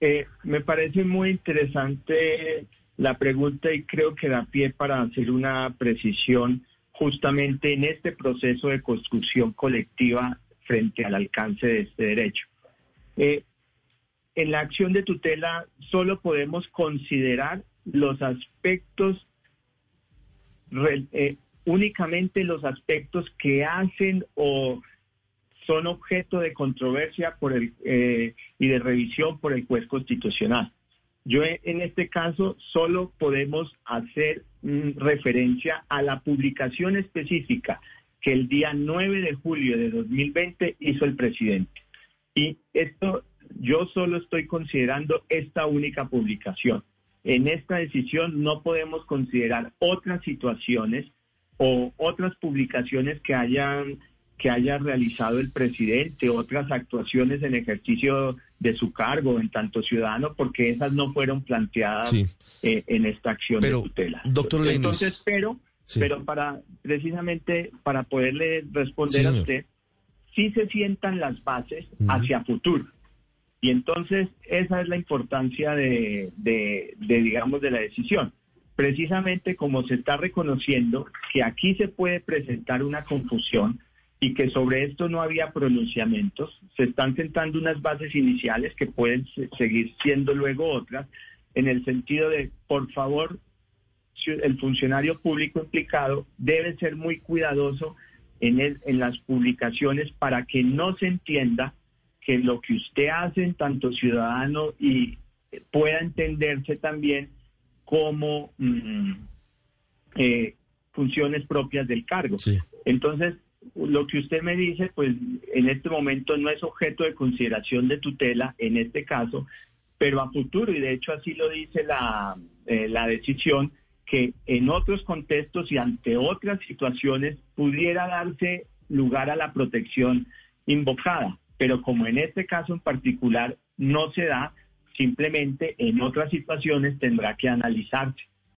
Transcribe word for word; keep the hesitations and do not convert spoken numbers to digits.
Eh, me parece muy interesante la pregunta y creo que da pie para hacer una precisión justamente en este proceso de construcción colectiva frente al alcance de este derecho. Eh, en la acción de tutela solo podemos considerar los aspectos, eh, únicamente los aspectos que hacen o son objeto de controversia por el eh, y de revisión por el juez constitucional. Yo en este caso solo podemos hacer mm, referencia a la publicación específica que el día nueve de julio de dos mil veinte hizo el presidente. Y esto, yo solo estoy considerando esta única publicación. En esta decisión no podemos considerar otras situaciones o otras publicaciones que hayan que haya realizado el presidente, otras actuaciones en ejercicio de su cargo en tanto ciudadano, porque esas no fueron planteadas sí. eh, en esta acción pero, de tutela. Doctor Lenis, Entonces, pero, sí. pero para precisamente para poderle responder sí, a usted, sí se sientan las bases uh-huh. hacia futuro. Y entonces esa es la importancia de, de, de, digamos, de la decisión. Precisamente como se está reconociendo que aquí se puede presentar una confusión y que sobre esto no había pronunciamientos, se están sentando unas bases iniciales que pueden seguir siendo luego otras, en el sentido de, por favor, el funcionario público implicado debe ser muy cuidadoso en, el, en las publicaciones para que no se entienda que lo que usted hace en tanto ciudadano y pueda entenderse también como mmm, eh, funciones propias del cargo. Sí. Entonces, lo que usted me dice, pues en este momento no es objeto de consideración de tutela en este caso, pero a futuro, y de hecho así lo dice la, eh, la decisión, que en otros contextos y ante otras situaciones pudiera darse lugar a la protección invocada, pero como en este caso en particular no se da, simplemente en otras situaciones tendrá que analizarse.